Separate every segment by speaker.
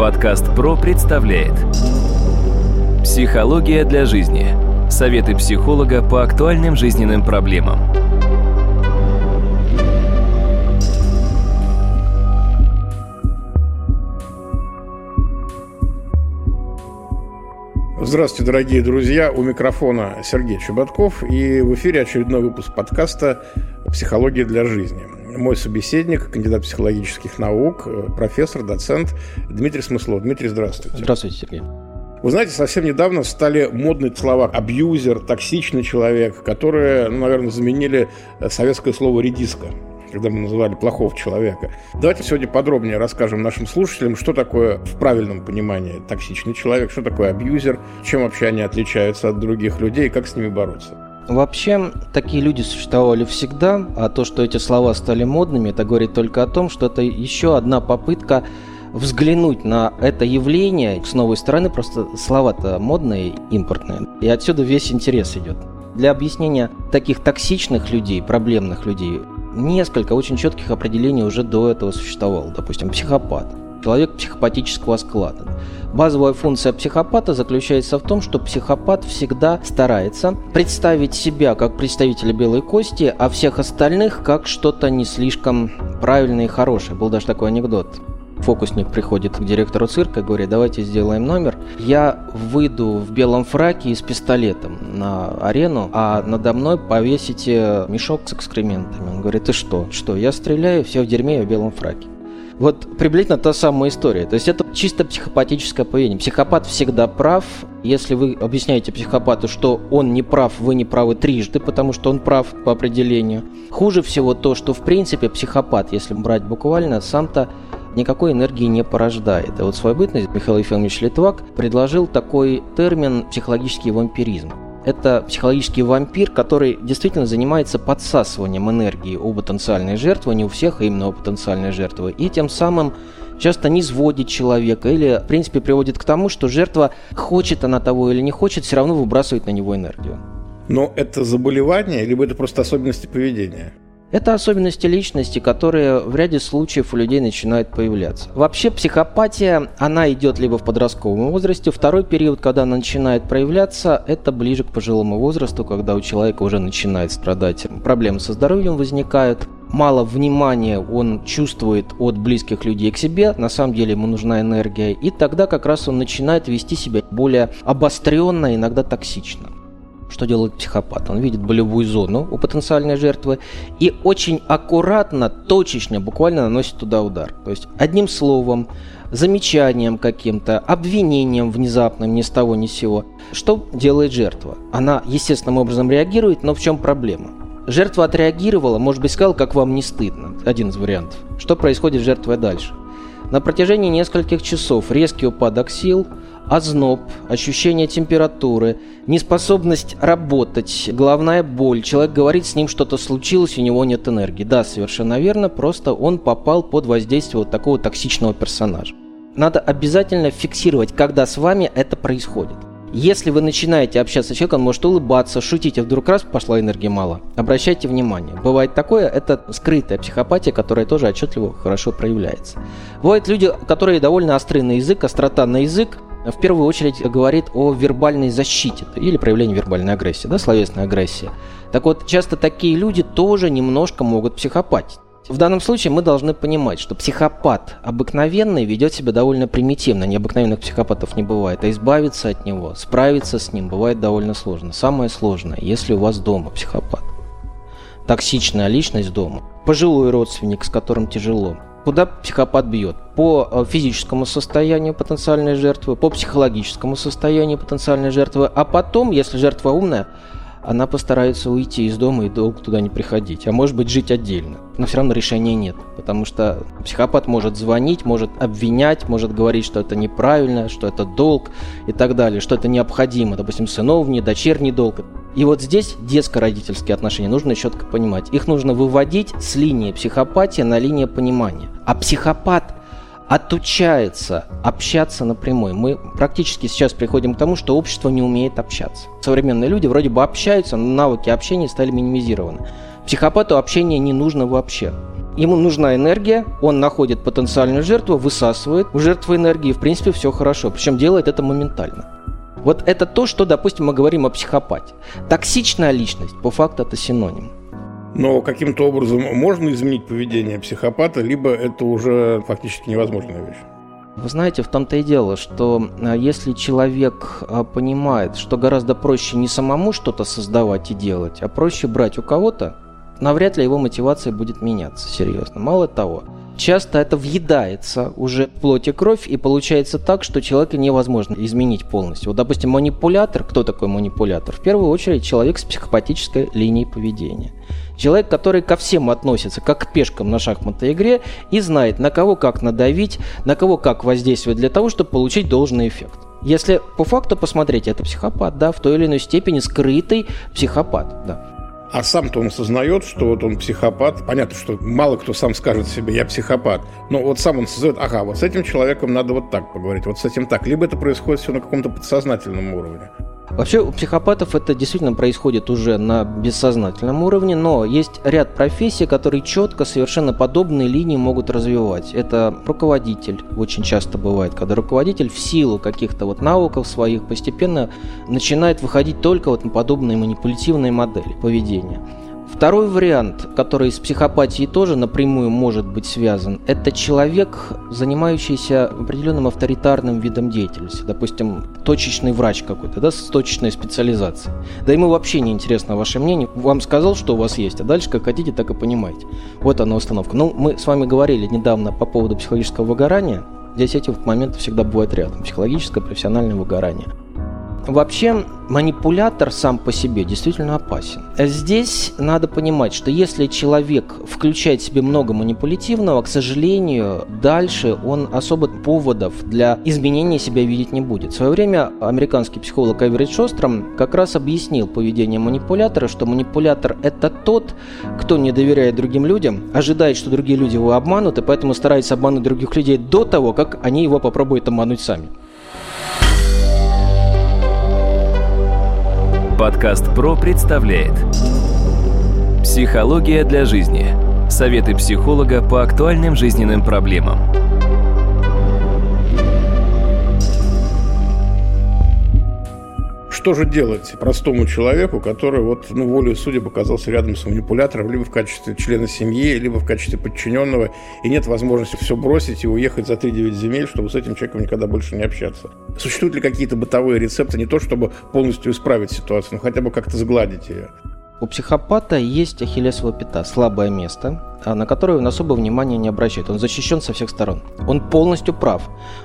Speaker 1: Подкаст ПРО представляет «Психология для жизни». Советы психолога по актуальным жизненным проблемам.
Speaker 2: Здравствуйте, дорогие друзья! У микрофона Сергей Чеботков, и в эфире очередной выпуск подкаста «Психология для жизни». Мой собеседник, кандидат психологических наук, профессор, доцент Дмитрий Смыслов. Дмитрий, здравствуйте.
Speaker 3: Здравствуйте, Сергей.
Speaker 2: Вы знаете, совсем недавно стали модны слова «абьюзер», «токсичный человек», которые, наверное, заменили советское слово «редиска», когда мы называли плохого человека. Давайте сегодня подробнее расскажем нашим слушателям, что такое в правильном понимании токсичный человек, что такое абьюзер, чем вообще они отличаются от других людей и как с ними бороться.
Speaker 3: Вообще, такие люди существовали всегда, а то, что эти слова стали модными, это говорит только о том, что это еще одна попытка взглянуть на это явление с новой стороны, просто слова-то модные, импортные, и отсюда весь интерес идет. Для объяснения таких токсичных людей, проблемных людей, несколько очень четких определений уже до этого существовало. Допустим, психопат. Человек психопатического склада. Базовая функция психопата заключается в том, что психопат всегда старается представить себя как представителя белой кости, а всех остальных как что-то не слишком правильное и хорошее. Был даже такой анекдот. Фокусник приходит к директору цирка и говорит: давайте сделаем номер. Я выйду в белом фраке и с пистолетом на арену, а надо мной повесите мешок с экскрементами. Он говорит: ты что? Что, я стреляю, все в дерьме, я в белом фраке. Вот приблизительно та самая история. То есть это чисто психопатическое поведение. Психопат всегда прав. Если вы объясняете психопату, что он не прав, вы не правы трижды, потому что он прав по определению. Хуже всего то, что в принципе психопат, если брать буквально, сам-то никакой энергии не порождает. И вот в свою бытность Михаил Ефимович Литвак предложил такой термин «психологический вампиризм». Это психологический вампир, который действительно занимается подсасыванием энергии у потенциальной жертвы, не у всех, а именно у потенциальной жертвы, и тем самым часто низводит человека или, в принципе, приводит к тому, что жертва, хочет она того или не хочет, все равно выбрасывает на него энергию.
Speaker 2: Но это заболевание, либо это просто особенности поведения?
Speaker 3: Это особенности личности, которые в ряде случаев у людей начинают появляться. Вообще психопатия, она идет либо в подростковом возрасте. Второй период, когда она начинает проявляться, это ближе к пожилому возрасту, когда у человека уже начинает страдать, проблемы со здоровьем возникают. Мало внимания он чувствует от близких людей к себе, на самом деле ему нужна энергия. И тогда как раз он начинает вести себя более обостренно, иногда токсично. Что делает психопат? Он видит болевую зону у потенциальной жертвы и очень аккуратно, точечно, буквально наносит туда удар. То есть одним словом, замечанием каким-то, обвинением внезапным ни с того ни с сего. Что делает жертва? Она естественным образом реагирует, но в чем проблема? Жертва отреагировала, может быть, сказала, как вам не стыдно. Один из вариантов. Что происходит с жертвой дальше? На протяжении нескольких часов резкий упадок сил, озноб, ощущение температуры, неспособность работать, головная боль. Человек говорит, с ним что-то случилось, у него нет энергии. Да, совершенно верно, просто он попал под воздействие вот такого токсичного персонажа. Надо обязательно фиксировать, когда с вами это происходит. Если вы начинаете общаться с человеком, он может улыбаться, шутить, а вдруг раз пошла энергии мало. Обращайте внимание. Бывает такое, это скрытая психопатия, которая тоже отчетливо хорошо проявляется. Бывают люди, которые довольно остры на язык, острота на язык, в первую очередь говорит о вербальной защите или проявлении вербальной агрессии, словесной агрессии. Так вот, часто такие люди тоже немножко могут психопатить. В данном случае мы должны понимать, что психопат обыкновенный ведет себя довольно примитивно, необыкновенных психопатов не бывает, а избавиться от него, справиться с ним бывает довольно сложно. Самое сложное, если у вас дома психопат, токсичная личность дома, пожилой родственник, с которым тяжело. Куда психопат бьет? По физическому состоянию потенциальной жертвы, по психологическому состоянию потенциальной жертвы, а потом, если жертва умная, она постарается уйти из дома и долго туда не приходить, а может быть жить отдельно. Но все равно решения нет, потому что психопат может звонить, может обвинять, может говорить, что это неправильно, что это долг и так далее, что это необходимо, допустим, сыновний, дочерний долг. И вот здесь детско-родительские отношения нужно четко понимать. Их нужно выводить с линии психопатии на линию понимания. А психопат отучается общаться напрямую. Мы практически сейчас приходим к тому, что общество не умеет общаться. Современные люди вроде бы общаются, но навыки общения стали минимизированы. Психопату общение не нужно вообще. Ему нужна энергия, он находит потенциальную жертву, высасывает у жертвы энергии, в принципе, все хорошо. Причем делает это моментально. Вот это то, что, допустим, мы говорим о психопате. Токсичная личность, по факту, это синоним.
Speaker 2: Но каким-то образом можно изменить поведение психопата, либо это уже фактически невозможная вещь?
Speaker 3: Вы знаете, в том-то и дело, что если человек понимает, что гораздо проще не самому что-то создавать и делать, а проще брать у кого-то, навряд ли его мотивация будет меняться, серьезно. Мало того, часто это въедается уже в плоть и кровь, и получается так, что человека невозможно изменить полностью. Вот, допустим, манипулятор. Кто такой манипулятор? В первую очередь человек с психопатической линией поведения. Человек, который ко всем относится как к пешкам на шахматной игре и знает, на кого как надавить, на кого как воздействовать для того, чтобы получить должный эффект. Если по факту посмотреть, это психопат, да, в той или иной степени скрытый психопат, да.
Speaker 2: А сам-то он осознает, что вот он психопат. Понятно, что мало кто сам скажет себе «я психопат». Но вот сам он осознает, ага, вот с этим человеком надо вот так поговорить, вот с этим так. Либо это происходит все на каком-то подсознательном уровне.
Speaker 3: Вообще у психопатов это действительно происходит уже на бессознательном уровне, но есть ряд профессий, которые четко совершенно подобные линии могут развивать. Это руководитель, очень часто бывает, когда руководитель в силу каких-то вот навыков своих постепенно начинает выходить только вот на подобные манипулятивные модели поведения. Второй вариант, который с психопатией тоже напрямую может быть связан, это человек, занимающийся определенным авторитарным видом деятельности. Допустим, точечный врач какой-то, да, с точечной специализацией. Да ему вообще не интересно ваше мнение. Вам сказал, что у вас есть, а дальше как хотите, так и понимаете. Вот она установка. Ну, мы с вами говорили недавно по поводу психологического выгорания. Здесь эти вот моменты всегда бывают рядом. Психологическое, профессиональное выгорание. Вообще, манипулятор сам по себе действительно опасен. Здесь надо понимать, что если человек включает в себе много манипулятивного, к сожалению, дальше он особо поводов для изменения себя видеть не будет. В свое время американский психолог Эверетт Шостром как раз объяснил поведение манипулятора, что манипулятор – это тот, кто не доверяет другим людям, ожидает, что другие люди его обманут, и поэтому старается обмануть других людей до того, как они его попробуют обмануть сами.
Speaker 1: Подкаст «Про» представляет «Психология для жизни». Советы психолога по актуальным жизненным проблемам.
Speaker 2: Что же делать простому человеку, который вот, волей судеб оказался рядом с манипулятором, либо в качестве члена семьи, либо в качестве подчиненного, и нет возможности все бросить и уехать за 3-9 земель, чтобы с этим человеком никогда больше не общаться? Существуют ли какие-то бытовые рецепты, не то чтобы полностью исправить ситуацию, но хотя бы как-то сгладить ее?
Speaker 3: У психопата есть ахиллесова пята, слабое место, на которое он особо внимания не обращает. Он защищен со всех сторон. Он полностью прав.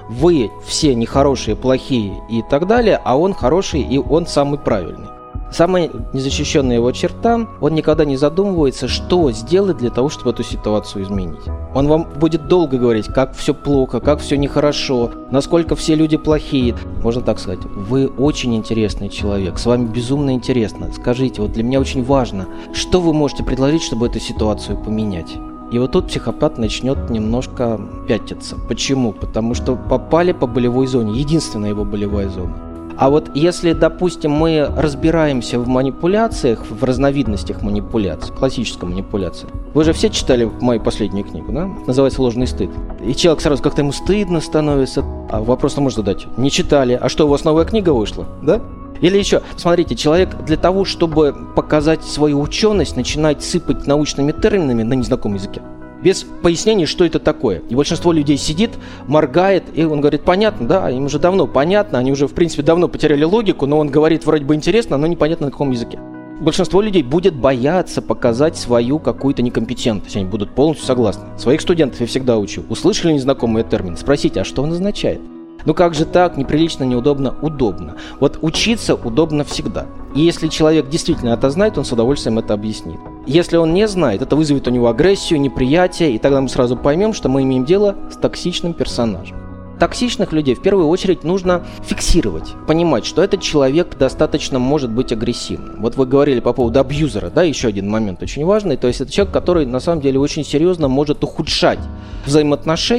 Speaker 3: Вы все нехорошие, плохие и так далее, а он хороший и он самый правильный. Самая незащищенная его черта, он никогда не задумывается, что сделать для того, чтобы эту ситуацию изменить. Он вам будет долго говорить, как все плохо, как все нехорошо, насколько все люди плохие. Можно так сказать, вы очень интересный человек, с вами безумно интересно. Скажите, вот для меня очень важно, что вы можете предложить, чтобы эту ситуацию поменять? И вот тут психопат начнет немножко пятиться. Почему? Потому что попали по болевой зоне, единственная его болевая зона. А вот если, допустим, мы разбираемся в манипуляциях, в разновидностях манипуляций, классической манипуляции. Вы же все читали мою последнюю книгу, да? Называется «Ложный стыд». И человек сразу как-то ему стыдно становится. А вопрос можно задать. Не читали. А что, у вас новая книга вышла? Да? Или еще, смотрите, человек для того, чтобы показать свою ученость, начинает сыпать научными терминами на незнакомом языке. Без пояснений, что это такое. И большинство людей сидит, моргает, и он говорит, понятно, да, им уже давно понятно, они уже, в принципе, давно потеряли логику, но он говорит вроде бы интересно, но непонятно на каком языке. Большинство людей будет бояться показать свою какую-то некомпетентность, они будут полностью согласны. Своих студентов я всегда учу. Услышали незнакомый термин? Спросите, а что он означает? Ну как же так? Неприлично, неудобно, удобно. Вот учиться удобно всегда. И если человек действительно это знает, он с удовольствием это объяснит. Если он не знает, это вызовет у него агрессию, неприятие, и тогда мы сразу поймем, что мы имеем дело с токсичным персонажем. Токсичных людей в первую очередь нужно фиксировать, понимать, что этот человек достаточно может быть агрессивным. Вот вы говорили по поводу абьюзера, да, еще один момент очень важный, то есть это человек, который на самом деле очень серьезно может ухудшать взаимоотношения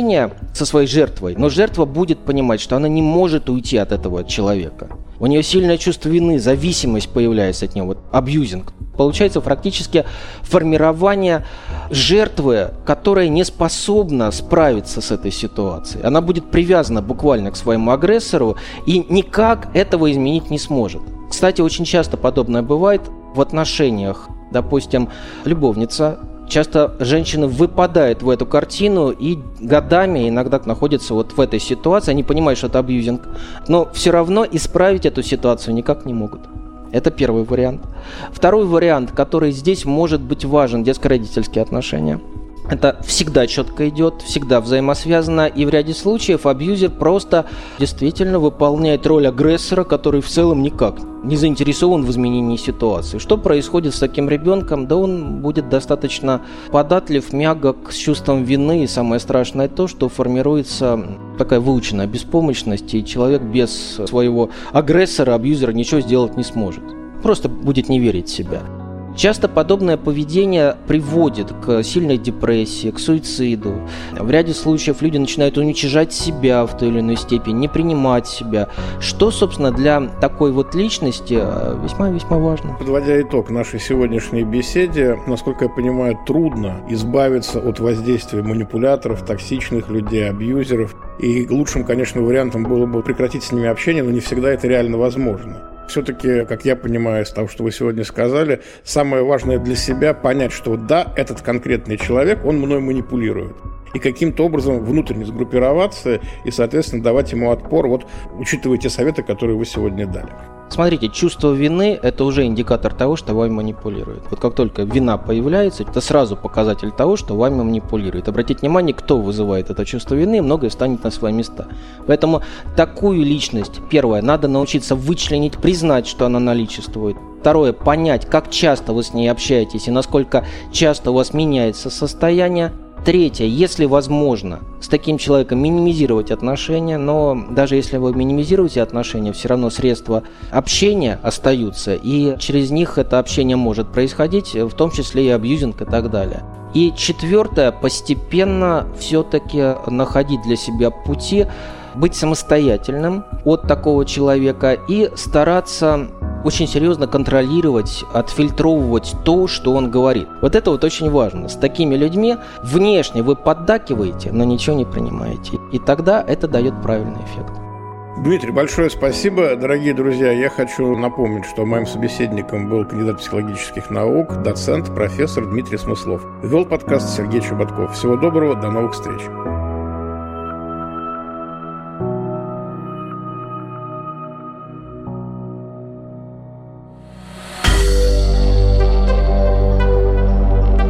Speaker 3: со своей жертвой, но жертва будет понимать, что она не может уйти от этого человека. У нее сильное чувство вины, зависимость появляется от него, вот абьюзинг. Получается практически формирование жертвы, которая не способна справиться с этой ситуацией. Она будет привязана буквально к своему агрессору и никак этого изменить не сможет. Кстати, очень часто подобное бывает в отношениях. Допустим, любовница. Часто женщины выпадают в эту картину и годами иногда находятся вот в этой ситуации. Они понимают, что это абьюзинг, но все равно исправить эту ситуацию никак не могут. Это первый вариант. Второй вариант, который здесь может быть важен, детско-родительские отношения. Это всегда четко идет, всегда взаимосвязано, и в ряде случаев абьюзер просто действительно выполняет роль агрессора, который в целом никак не заинтересован в изменении ситуации. Что происходит с таким ребенком? Да он будет достаточно податлив, мягок, с чувством вины, и самое страшное то, что формируется такая выученная беспомощность, и человек без своего агрессора, абьюзера ничего сделать не сможет. Просто будет не верить в себя. Часто подобное поведение приводит к сильной депрессии, к суициду. В ряде случаев люди начинают уничижать себя в той или иной степени, не принимать себя, что, собственно, для такой вот личности весьма-весьма важно.
Speaker 2: Подводя итог нашей сегодняшней беседе, насколько я понимаю, трудно избавиться от воздействия манипуляторов, токсичных людей, абьюзеров. И лучшим, конечно, вариантом было бы прекратить с ними общение, но не всегда это реально возможно. Все-таки, как я понимаю из того, что вы сегодня сказали, самое важное для себя понять, что да, этот конкретный человек, он мной манипулирует. И каким-то образом внутренне сгруппироваться и, соответственно, давать ему отпор, вот учитывая те советы, которые вы сегодня дали.
Speaker 3: Смотрите, чувство вины – это уже индикатор того, что вами манипулируют. Вот как только вина появляется, это сразу показатель того, что вами манипулируют. Обратите внимание, кто вызывает это чувство вины, и многое встанет на свои места. Поэтому такую личность, первое, надо научиться вычленить, признать, что она наличествует. Второе, понять, как часто вы с ней общаетесь и насколько часто у вас меняется состояние. Третье, если возможно, с таким человеком минимизировать отношения, но даже если вы минимизируете отношения, все равно средства общения остаются, и через них это общение может происходить, в том числе и абьюзинг и так далее. И четвертое, постепенно все-таки находить для себя пути, быть самостоятельным от такого человека и стараться очень серьезно контролировать, отфильтровывать то, что он говорит. Вот это вот очень важно. С такими людьми внешне вы поддакиваете, но ничего не принимаете. И тогда это дает правильный эффект.
Speaker 2: Дмитрий, большое спасибо. Дорогие друзья, я хочу напомнить, что моим собеседником был кандидат психологических наук, доцент, профессор Дмитрий Смыслов. Вел подкаст Сергей Чеботков. Всего доброго, до новых встреч.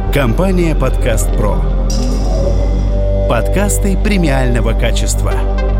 Speaker 4: Компания «Подкаст Про». Подкасты премиального качества.